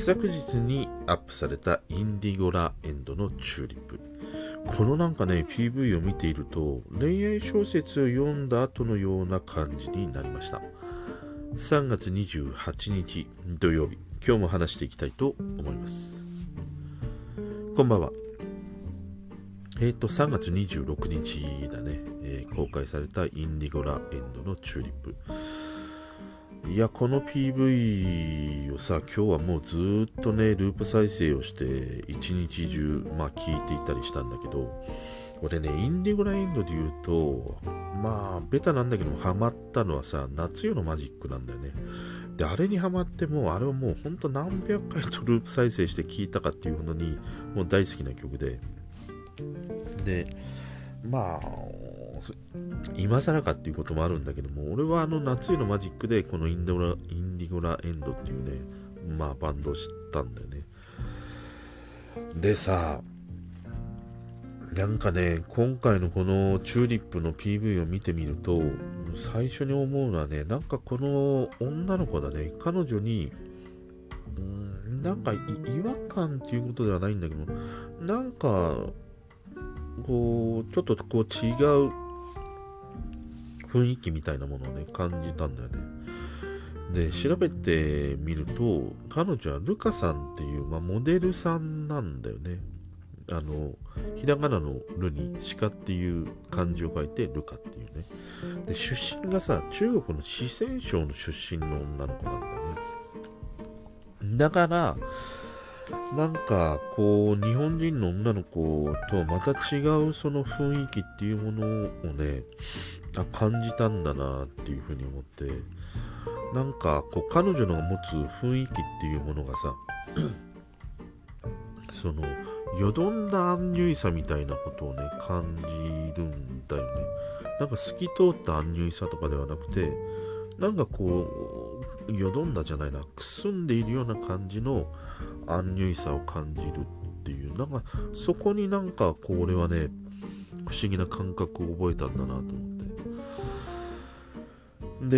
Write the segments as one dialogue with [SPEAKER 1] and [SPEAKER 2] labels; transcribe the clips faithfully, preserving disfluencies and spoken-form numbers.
[SPEAKER 1] 昨日にアップされたインディゴラエンドのチューリップ。このなんかね ピーブイ を見ていると恋愛小説を読んだ後のような感じになりました。さんがつにじゅうはちにち土曜日、今日も話していきたいと思います。こんばんは。えっとさんがつにじゅうろくにちだね、えー、公開されたインディゴラエンドのチューリップ。いや、この ピーブイ をさ、今日はもうずっとねループ再生をして一日中まあ聞いていたりしたんだけど、俺ねインディゴラエンドで言うとまあベタなんだけどもハマったのはさ、夏夜のマジックなんだよね。であれにハマってもうあれはもうほんと何百回とループ再生して聞いたかっていうほどにもう大好きな曲で、でまあ今更かっていうこともあるんだけども、俺はあの夏夜のマジックでこのインドラインディゴラエンドっていうねまあバンドを知ったんだよね。でさ、なんかね今回のこのチューリップの ピーブイ を見てみると最初に思うのはね、なんかこの女の子だね、彼女にうーんなんか違和感っていうことではないんだけど、なんかこうちょっとこう違う雰囲気みたいなものをね感じたんだよね。で調べてみると彼女はルカさんっていう、まあ、モデルさんなんだよね。あのひらがなのルに鹿っていう漢字を書いてルカっていうね。で出身がさ中国の四川省の出身の女の子なんだよね。だからなんかこう日本人の女の子とはまた違うその雰囲気っていうものをねあ感じたんだなっていうふうに思って、なんかこう彼女の持つ雰囲気っていうものがさそのよどんだアンニュイさみたいなことをね感じるんだよね。なんか透き通ったアンニュイさとかではなくて、なんかこうよどんだじゃないな、くすんでいるような感じのアンニュイさを感じるっていう、なんかそこになんかこう俺はね不思議な感覚を覚えたんだなと思って。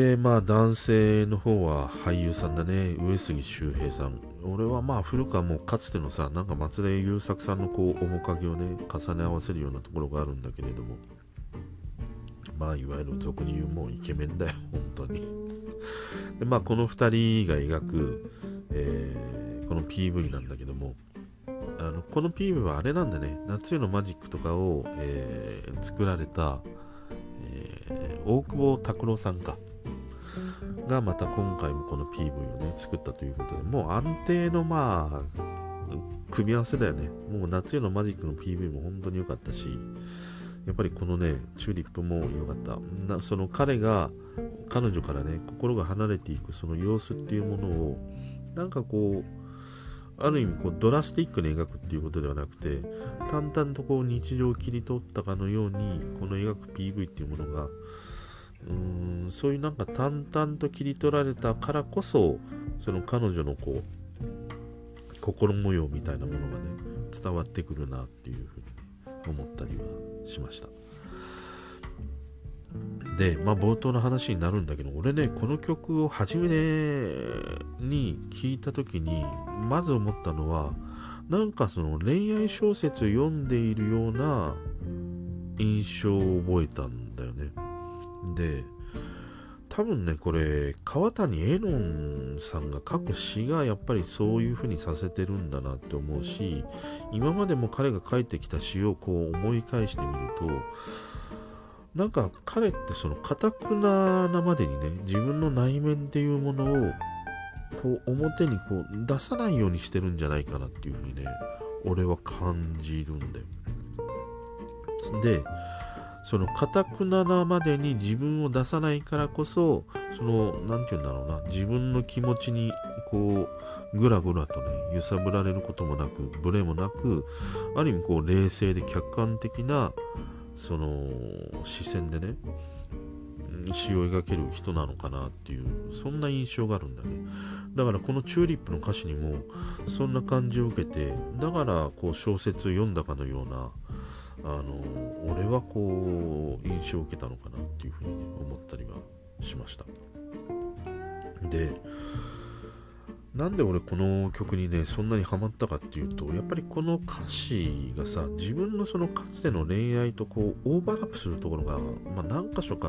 [SPEAKER 1] でまあ男性の方は俳優さんだね、上杉周平さん。俺はまあ古くはもうかつてのさなんか松田優作さんのこう面影をね重ね合わせるようなところがあるんだけれども、まあいわゆる俗に言うもうイケメンだよ本当に。でまあこのふたりが描く、えー、この ピーブイ なんだけども、あのこの ピーブイ はあれなんだね、夏夜のマジックとかを、えー、作られた、えー、大久保拓郎さんかがまた今回もこの ピーブイ をね作ったということで、もう安定のまあ組み合わせだよね。もう夏夜のマジックの ピーブイ も本当に良かったし、やっぱりこのねチューリップも良かったな。その彼が彼女からね心が離れていくその様子っていうものをなんかこうある意味こうドラスティックに描くっていうことではなくて、淡々とこう日常を切り取ったかのようにこの描く ピーブイ っていうものがうーんそういうなんか淡々と切り取られたからこそ、その彼女のこう心模様みたいなものがね伝わってくるなっていうふうに思ったりはしました。でまあ冒頭の話になるんだけど、俺ねこの曲を初めに聴いた時にまず思ったのは、なんかその恋愛小説を読んでいるような印象を覚えたんだよね。で多分ねこれ川谷絵音さんが書く詩がやっぱりそういう風にさせてるんだなって思うし、今までも彼が書いてきた詩をこう思い返してみると、なんか彼ってその堅くななまでにね自分の内面っていうものをこう表にこう出さないようにしてるんじゃないかなっていう風にね俺は感じるんだよ。でその堅くななまでに自分を出さないからこそ、そのなんていうんだろうな、自分の気持ちにこうぐらぐらとね揺さぶられることもなくブレもなく、ある意味こう冷静で客観的なその視線でね詩を描ける人なのかなっていう、そんな印象があるんだね。だからこのチューリップの歌詞にもそんな感じを受けて、だからこう小説を読んだかのようなあの俺はこう印象を受けたのかなっていうふうに、ね、思ったりはしました。でなんで俺この曲にねそんなにハマったかっていうと、やっぱりこの歌詞がさ、自分のそのかつての恋愛とこうオーバーラップするところが、まあ、何箇所かあって、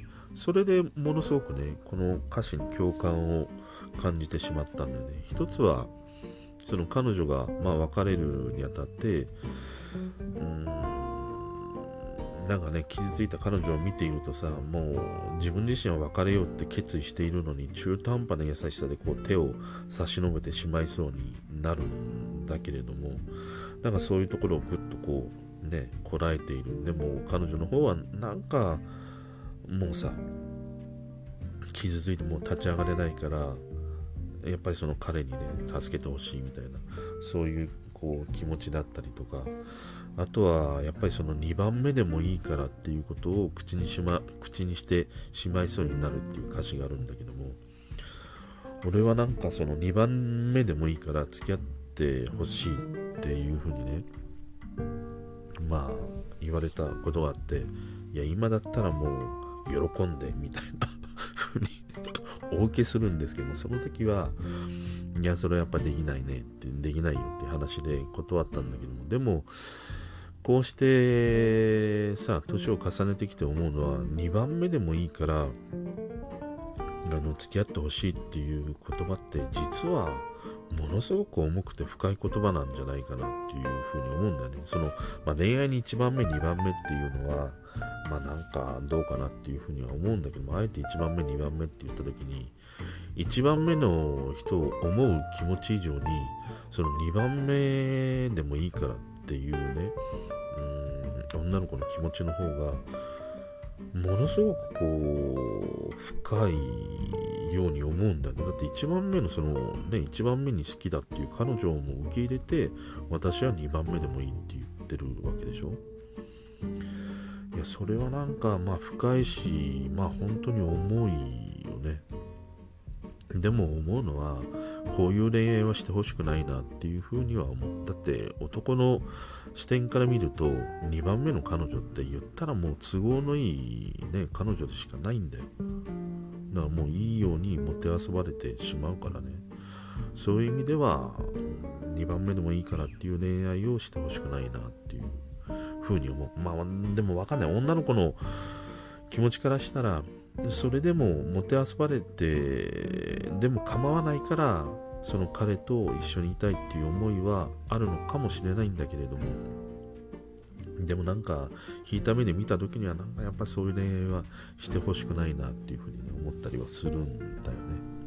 [SPEAKER 1] それでものすごくねこの歌詞に共感を感じてしまったんだよね。一つはその彼女がまあ別れるにあたって、うーんなんかね傷ついた彼女を見ているとさ、もう自分自身は別れようって決意しているのに、中途半端な優しさでこう手を差し伸べてしまいそうになるんだけれども、なんかそういうところをぐっとこうねこらえている。でも彼女の方はなんかもうさ傷ついてもう立ち上がれないから、やっぱりその彼にね助けてほしいみたいな、そういうこう気持ちだったりとか、あとはやっぱりそのにばんめでもいいからっていうことを口にしま口にしてしまいそうになるっていう歌詞があるんだけども、俺はなんかそのにばんめでもいいから付き合ってほしいっていう風にねまあ言われたことがあって、いや今だったらもう喜んでみたいな風にお受けするんですけども、その時はいやそれはやっぱできないねってできないよって話で断ったんだけども、でもこうしてさ年を重ねてきて思うのは、にばんめでもいいからあの付き合ってほしいっていう言葉って実はものすごく重くて深い言葉なんじゃないかなっていうふうに思うんだよね。その、まあ、恋愛にいちばんめにばんめっていうのはまあなんかどうかなっていうふうには思うんだけども、あえていちばんめにばんめって言った時にいちばんめの人を思う気持ち以上にそのにばんめでもいいからっていうね、うーん女の子の気持ちの方がものすごくこう深いように思うんだよね。だっていちばんめのそのねいちばんめに好きだっていう彼女も受け入れて、私はにばんめでもいいって言ってるわけでしょ。いやそれはなんかまあ深いし、まあ本当に重いよね。でも思うのはこういう恋愛はしてほしくないなっていうふうには思う。だって男の視点から見るとにばんめの彼女って言ったらもう都合のいいね彼女でしかないんだよ。だからもういいようにもてあそばれてしまうからね。そういう意味ではにばんめでもいいからっていう恋愛をしてほしくないなっていうふうに思う。まあでもわかんない、女の子の気持ちからしたらそれでももてあそばれてでも構わないからその彼と一緒にいたいっていう思いはあるのかもしれないんだけれども、でもなんか引いた目で見た時にはなんかやっぱそういう恋愛はしてほしくないなっていうふうに、ね、思ったりはするんだよ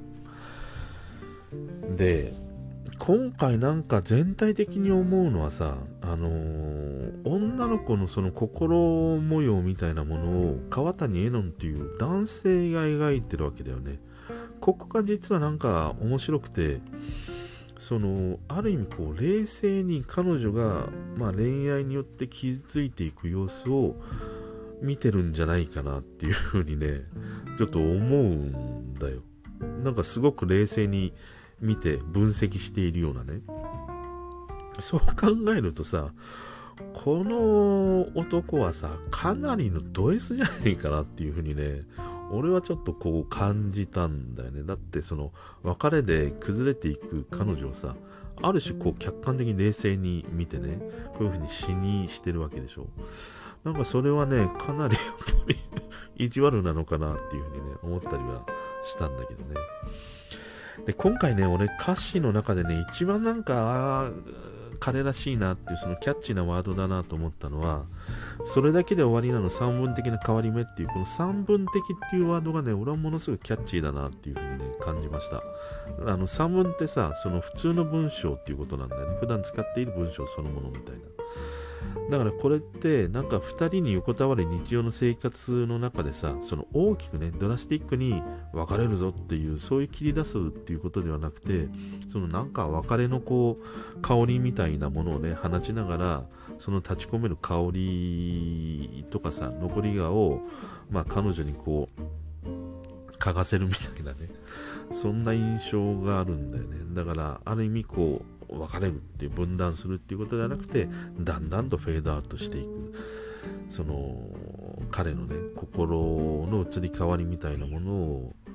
[SPEAKER 1] ね。で今回なんか全体的に思うのはさ、あのー、女の子のその心模様みたいなものを川谷絵音っていう男性が描いてるわけだよね。ここが実はなんか面白くて、そのある意味こう冷静に彼女が、まあ、恋愛によって傷ついていく様子を見てるんじゃないかなっていう風にねちょっと思うんだよ。なんかすごく冷静に見て分析しているようなね。そう考えるとさ、この男はさかなりのド S じゃないかなっていう風にね俺はちょっとこう感じたんだよね。だってその別れで崩れていく彼女をさ、ある種こう客観的に冷静に見てねこういう風に死にしてるわけでしょ。なんかそれはねかなりやっぱり意地悪なのかなっていう風にね思ったりはしたんだけどね。で今回ね俺歌詞の中でね一番なんか彼らしいなっていうそのキャッチーなワードだなと思ったのは、それだけで終わりなの三分的な変わり目っていうこの三分的っていうワードがね俺はものすごくキャッチーだなっていう風にね感じました。あの三文ってさその普通の文章っていうことなんだよね。普段使っている文章そのものみたいな。だからこれってなんかふたりに横たわる日常の生活の中でさ、その大きくねドラスティックに別れるぞっていうそういう切り出すっていうことではなくて、そのなんか別れのこう香りみたいなものをね放ちながら、その立ち込める香りとかさ残り香をまあ彼女にこう嗅がせるみたいなね、そんな印象があるんだよね。だからある意味こう別れるっていう分断するっていうことではなくて、だんだんとフェードアウトしていくその彼のね心の移り変わりみたいなものをこうい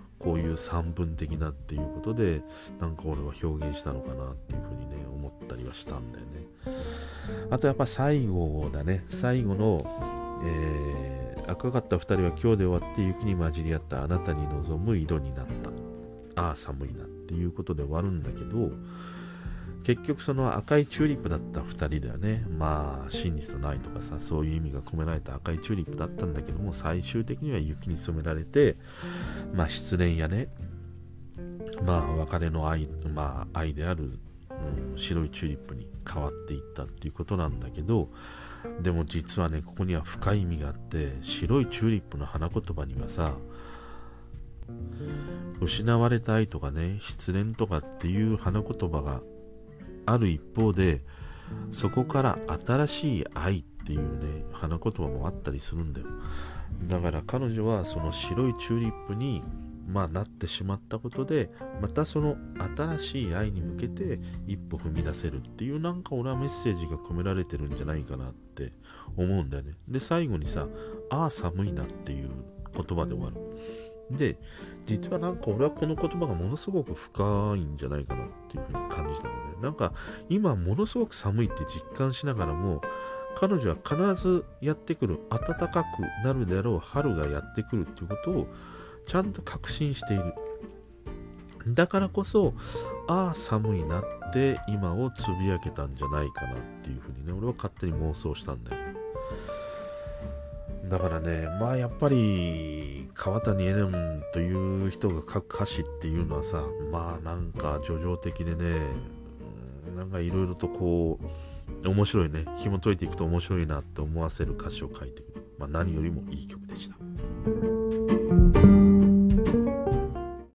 [SPEAKER 1] いう散文的なっていうことでなんか俺は表現したのかなっていうふうにね思ったりはしたんだよね。あとやっぱ最後だね、最後の、えー、赤かったふたりは今日で終わって雪に混じり合ったあなたに望む色になった、ああ寒いなっていうことで終わるんだけど、結局その赤いチューリップだったふたりだよね。まあ真実のないとかさ、そういう意味が込められた赤いチューリップだったんだけども、最終的には雪に染められて、まあ失恋やね、まあ別れの愛、まあ愛である、うん、白いチューリップに変わっていったっていうことなんだけど、でも実はねここには深い意味があって、白いチューリップの花言葉にはさ、失われた愛とかね、失恋とかっていう花言葉がある一方で、そこから新しい愛っていうね花言葉もあったりするんだよ。だから彼女はその白いチューリップにまあなってしまったことで、またその新しい愛に向けて一歩踏み出せるっていう、なんか俺はメッセージが込められてるんじゃないかなって思うんだよね。で最後にさ、ああ寒いなっていう言葉で終わる。で実はなんか俺はこの言葉がものすごく深いんじゃないかなっていうふうに感じたので、なんか今ものすごく寒いって実感しながらも、彼女は必ずやってくる暖かくなるであろう春がやってくるっていうことをちゃんと確信している。だからこそああ寒いなって今をつぶやけたんじゃないかなっていうふうにね、俺は勝手に妄想したんだよ。だからね、まあやっぱり川谷絵音という人が書く歌詞っていうのはさ、まあなんか叙情的でね、なんかいろいろとこう面白いね、紐解いていくと面白いなって思わせる歌詞を書いてくる、まあ、何よりもいい曲でした。